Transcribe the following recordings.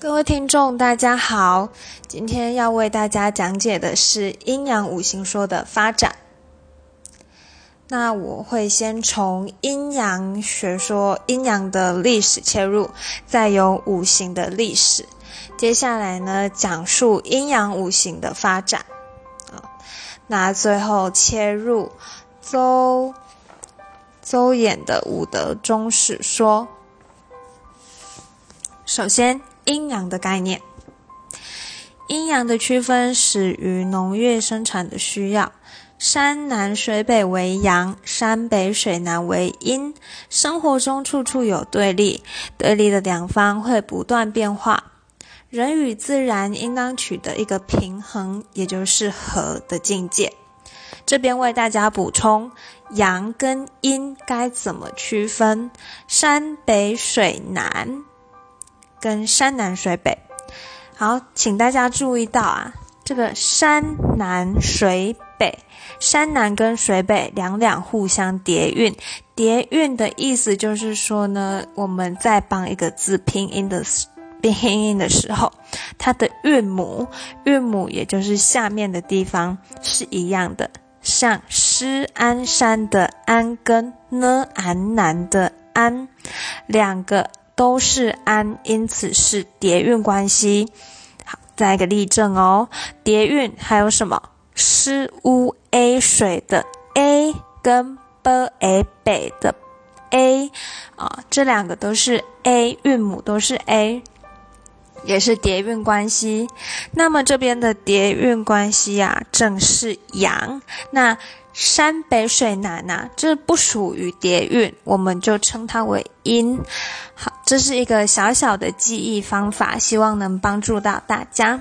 各位听众大家好，今天要为大家讲解的是阴阳五行说的发展。那我会先从阴阳学说、阴阳的历史切入，再由五行的历史。接下来呢，讲述阴阳五行的发展。那最后切入邹衍的五德中史说。首先，阴阳的概念。阴阳的区分始于农业生产的需要。山南水北为阳，山北水南为阴。生活中处处有对立，对立的两方会不断变化。人与自然应当取得一个平衡，也就是和的境界。这边为大家补充，阳跟阴该怎么区分？山北水南跟山南水北。好，请大家注意到这个山南水北，山南跟水北两互相叠韵。叠韵的意思就是说呢，我们在帮一个字拼音的时候，它的韵母也就是下面的地方是一样的，像施安山的安跟呢安南的安，两个都是安，因此是叠韵关系。好，再一个例证叠韵还有什么？施乌 A 水的 A 跟 B 北的 A 这两个都是 A， 韵母都是 A， 也是叠韵关系。那么这边的叠韵关系正是阳。那山北水南这不属于叠韵，我们就称它为阴。好，这是一个小小的记忆方法，希望能帮助到大家。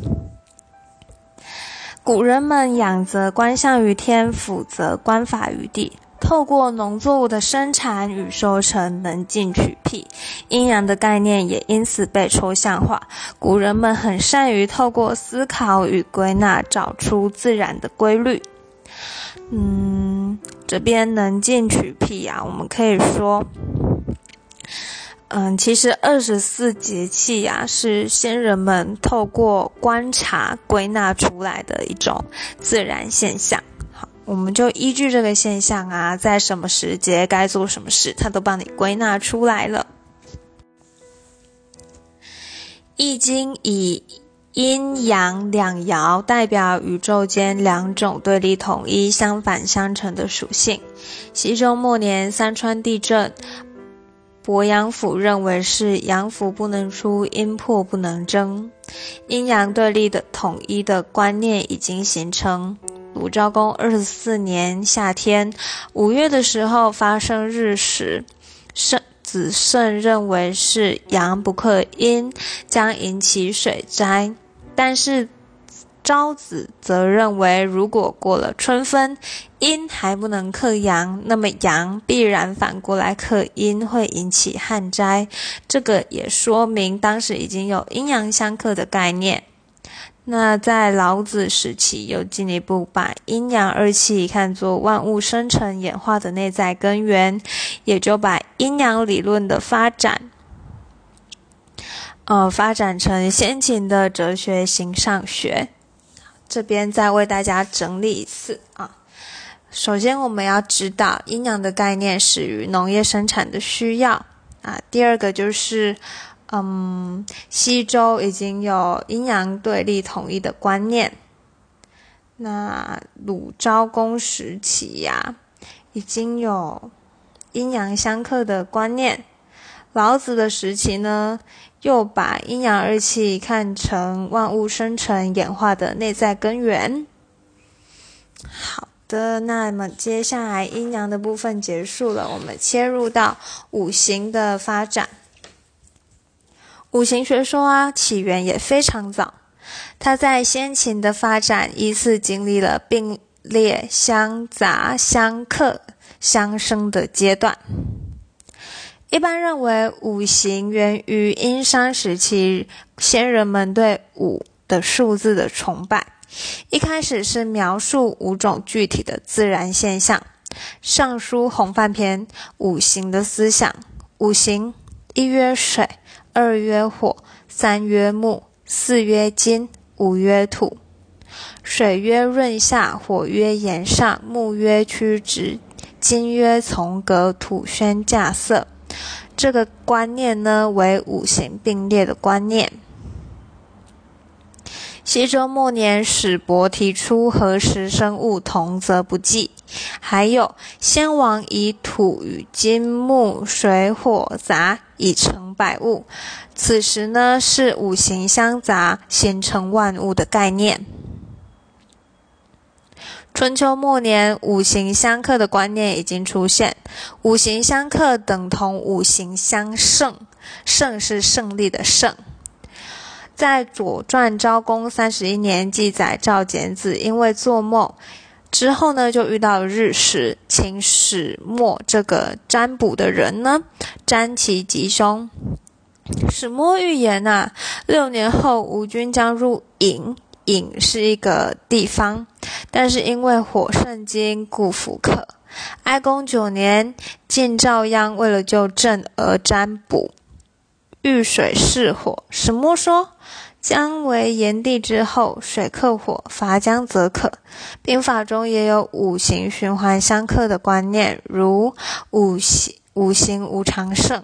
古人们养则观象于天，辅则观法于地，透过农作物的生产与收成能尽取辟，阴阳的概念也因此被抽象化。古人们很善于透过思考与归纳找出自然的规律。这边能尽取辟我们可以说其实24节气是先人们透过观察归纳出来的一种自然现象。好，我们就依据这个现象在什么时节该做什么事，它都帮你归纳出来了。易经以阴阳两爻代表宇宙间两种对立统一、相反相成的属性。西周末年三川地震，伯阳府认为是阳符不能出，阴魄不能争，阴阳对立的统一的观念已经形成。鲁昭公24年夏天5月的时候发生日食，子慎认为是阳不克阴，将引起水灾。但是昭子则认为，如果过了春分，阴还不能克阳，那么阳必然反过来克阴，会引起旱灾。这个也说明当时已经有阴阳相克的概念。那在老子时期，又进一步把阴阳二气看作万物生成演化的内在根源，也就把阴阳理论的发展成先秦的哲学形上学。这边再为大家整理一次首先我们要知道阴阳的概念始于农业生产的需要第二个就是西周已经有阴阳对立统一的观念。那鲁昭公时期已经有阴阳相克的观念。老子的时期呢，又把阴阳二气看成万物生成演化的内在根源。好的，那么接下来阴阳的部分结束了，我们切入到五行的发展。五行学说起源也非常早，它在先秦的发展依次经历了并列、相杂、相克、相生的阶段。一般认为五行源于殷商时期先人们对五的数字的崇拜。一开始是描述5种具体的自然现象。尚书洪范篇五行的思想，五行：一曰水，二曰火， 三曰木，四曰金，五曰土。水曰润下，火曰炎上，木曰曲直，金曰从革，土宣稼穑。这个观念呢，为五行并列的观念。西周末年，史伯提出何时生物同则不忌，还有先王以土与金木水火杂以成百物，此时呢是五行相杂形成万物的概念。春秋末年，五行相克的观念已经出现，五行相克等同五行相胜，胜是胜利的胜。在《左传》昭公31年记载，赵简子因为做梦之后呢，就遇到日食，请始末这个占卜的人呢，占其吉凶。始末预言6年后吴军将入郢，郢是一个地方，但是因为火盛金，故弗可。哀公9年，晋赵鞅为了救郑而占卜，遇水弑火。始末说，姜为炎帝之后，水克火，伐姜则可。兵法中也有五行循环相克的观念，如五行无常胜。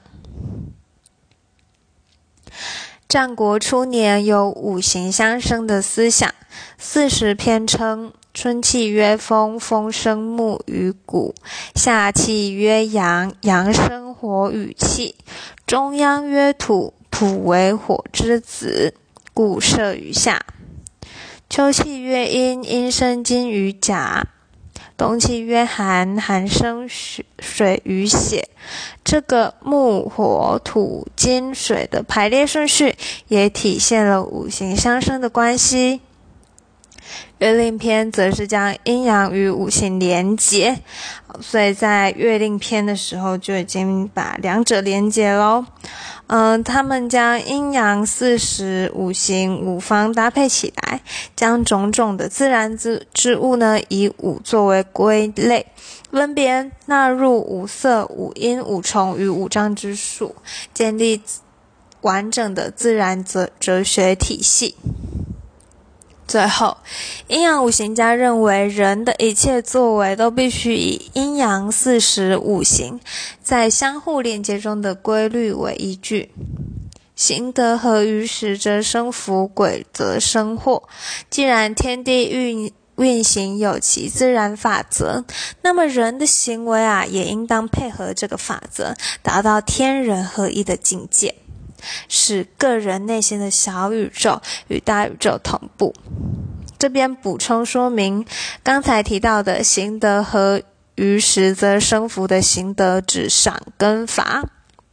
战国初年有五行相生的思想，40篇称春气曰风，风生木与谷；夏气曰阳，阳生火与气；中央曰土，土为火之子，故摄于下；秋气曰阴，阴生金与甲；冬气曰寒，寒生水与血。这个木火土金水的排列顺序也体现了五行相生的关系。月令篇则是将阴阳与五行连结，所以在月令篇的时候就已经把两者连结咯。他们将阴阳40五行五方搭配起来，将种种的自然之物呢，以五作为归类，分别纳入五色、五音、五虫与五脏之数，建立完整的自然哲学体系。最后，阴阳五行家认为，人的一切作为都必须以阴阳40五行在相互连接中的规律为依据。行得合于时，则生福；鬼则生祸。既然天地运行有其自然法则，那么人的行为也应当配合这个法则，达到天人合一的境界，使个人内心的小宇宙与大宇宙同步。这边补充说明，刚才提到的行得合于时则生福的行得指赏跟罚。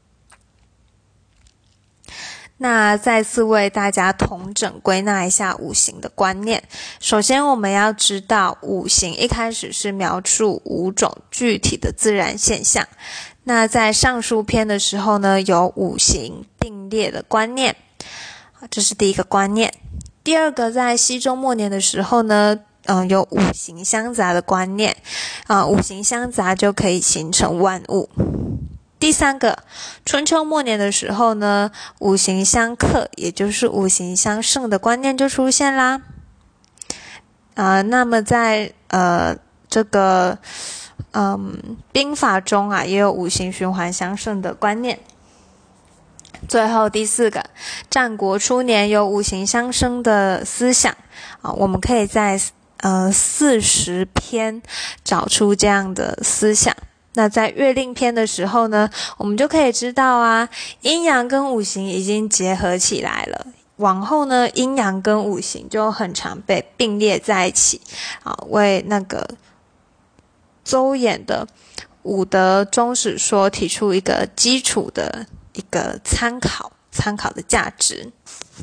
那再次为大家统整归纳一下五行的观念。首先我们要知道，五行一开始是描述五种具体的自然现象。那在上述篇的时候呢，有五行并列的观念，这是第一个观念。第二个，在西周末年的时候呢，有五行相杂的观念，五行相杂就可以形成万物。第三个，春秋末年的时候呢，五行相克，也就是五行相胜的观念就出现啦。那么在这个兵法中也有五行循环相胜的观念。最后第四个，战国初年有五行相生的思想，我们可以在40篇找出这样的思想。那在月令篇的时候呢，我们就可以知道阴阳跟五行已经结合起来了。往后呢，阴阳跟五行就很常被并列在一起，为那个邹衍的五德终始说提出一个基础的一个参考的价值。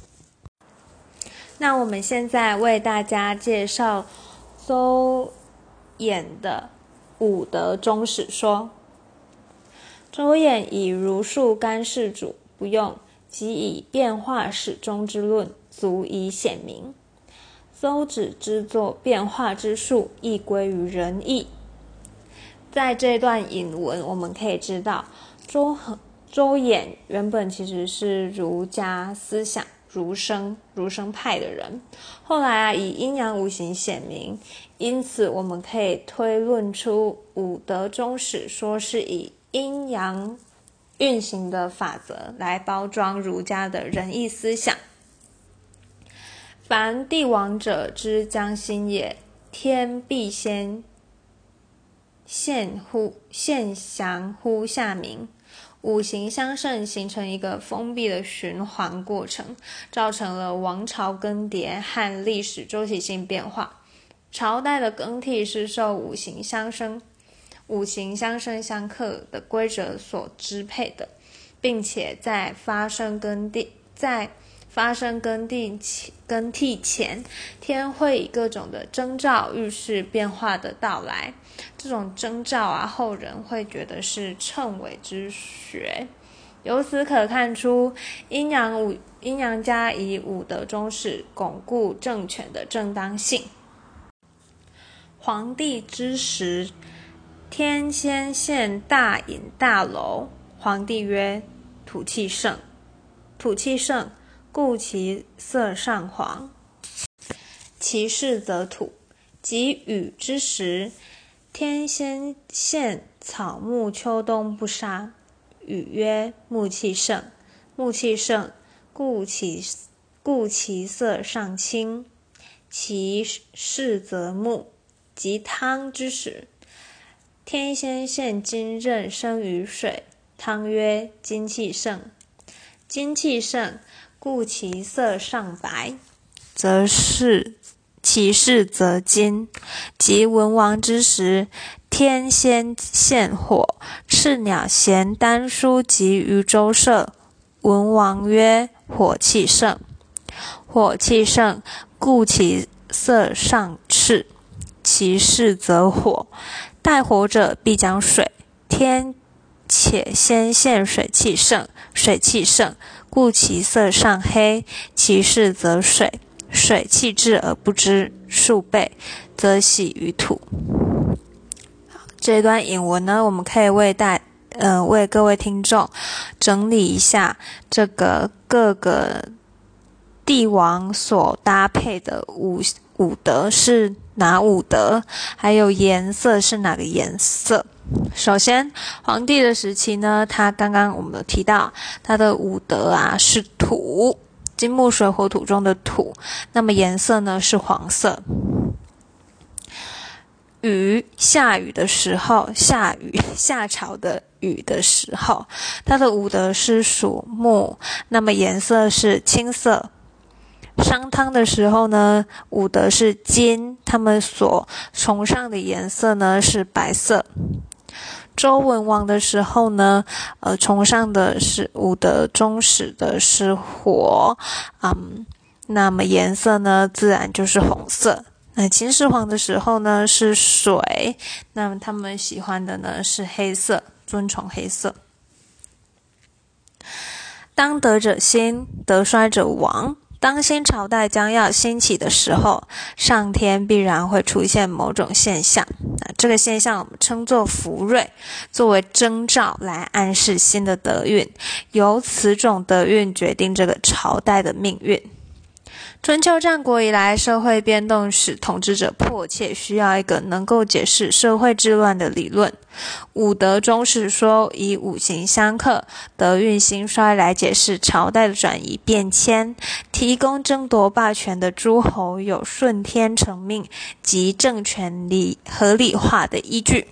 那我们现在为大家介绍邹衍的五德终始说。邹衍以儒术干事主，不用，即以变化始终之论，足以显明。邹子之作变化之术，亦归于仁义。在这段引文我们可以知道， 周衍原本其实是儒家思想儒生派的人，后来以阴阳五行显明，因此我们可以推论出五德宗史说是以阴阳运行的法则来包装儒家的仁义思想。凡帝王者之将心也，天必先现降乎下民。五行相胜形成一个封闭的循环过程，造成了王朝更迭和历史周期性变化。朝代的更替是受五行相生相克的规则所支配的，并且在发生更替前，天会以各种的征兆预示变化的到来。这种征兆后人会觉得是谶纬之学。由此可看出，阴阳家以五德宗史巩固政权的正当性。黄帝之时，天先现大隐大楼。黄帝曰：土气盛，故其色上黄，其势则土。及禹之时，天先现草木秋冬不杀。禹曰：木气盛，故其色上青，其势则木。及汤之时，天先现金刃生于水。汤曰：金气盛，故其色上白，其势则金。及文王之时，天先现火，赤鸟衔丹书及于周社。文王曰：火气盛，故其色上赤，其势则火。待火者必将水，天且先现水气盛，故其色上黑，其势则水。水气至而不知，数倍，则洗于土。这段引文呢，我们可以为各位听众整理一下这个各个帝王所搭配的五德是哪五德，还有颜色是哪个颜色。首先，黄帝的时期呢，他刚刚我们有提到，他的五德是土，金木水火土中的土，那么颜色呢是黄色。夏朝的禹的时候，他的五德是属木，那么颜色是青色。商汤的时候呢，五德是金，他们所崇尚的颜色呢是白色。周文王的时候呢，崇尚的是五德宗史的是火，那么颜色呢自然就是红色。那秦始皇的时候呢是水，那么他们喜欢的呢是黑色，尊崇黑色。当得者兴，得衰者亡。当新朝代将要兴起的时候，上天必然会出现某种现象，这个现象我们称作福瑞，作为征兆来暗示新的德运，由此种德运决定这个朝代的命运。春秋战国以来，社会变动使统治者迫切需要一个能够解释社会治乱的理论。五德宗史说以五行相克、德运兴衰来解释朝代的转移变迁，提供争夺霸权的诸侯有顺天承命及政权合理化的依据。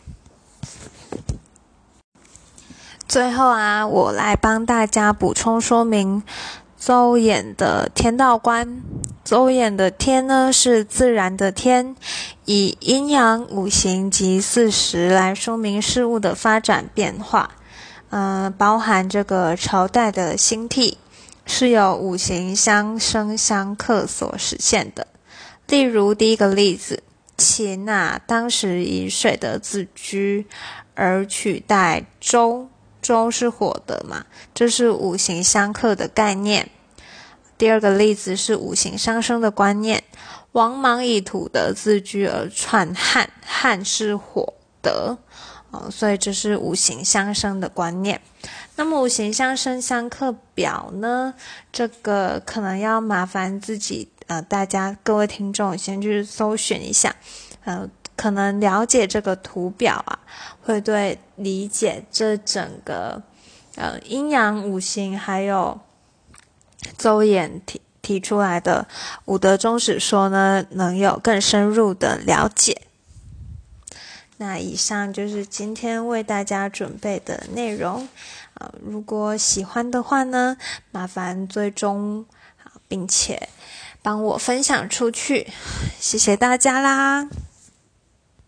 最后我来帮大家补充说明邹衍的天道观。邹衍的天呢是自然的天，以阴阳五行及40来说明事物的发展变化，包含这个朝代的兴替是由五行相生相克所实现的。例如第一个例子，秦当时以水德自居而取代周是火的嘛，这是五行相克的概念。第二个例子是五行相生的观念，王莽以土德自居而篡汉是火德，所以这是五行相生的观念。 那么五行相生相克表呢，这个可能要麻烦自己大家各位听众先去搜寻一下，可能了解这个图表啊，会对理解这整个阴阳五行还有邹衍提出来的五德终始说呢，能有更深入的了解。那以上就是今天为大家准备的内容。如果喜欢的话呢，麻烦追踪并且帮我分享出去，谢谢大家啦。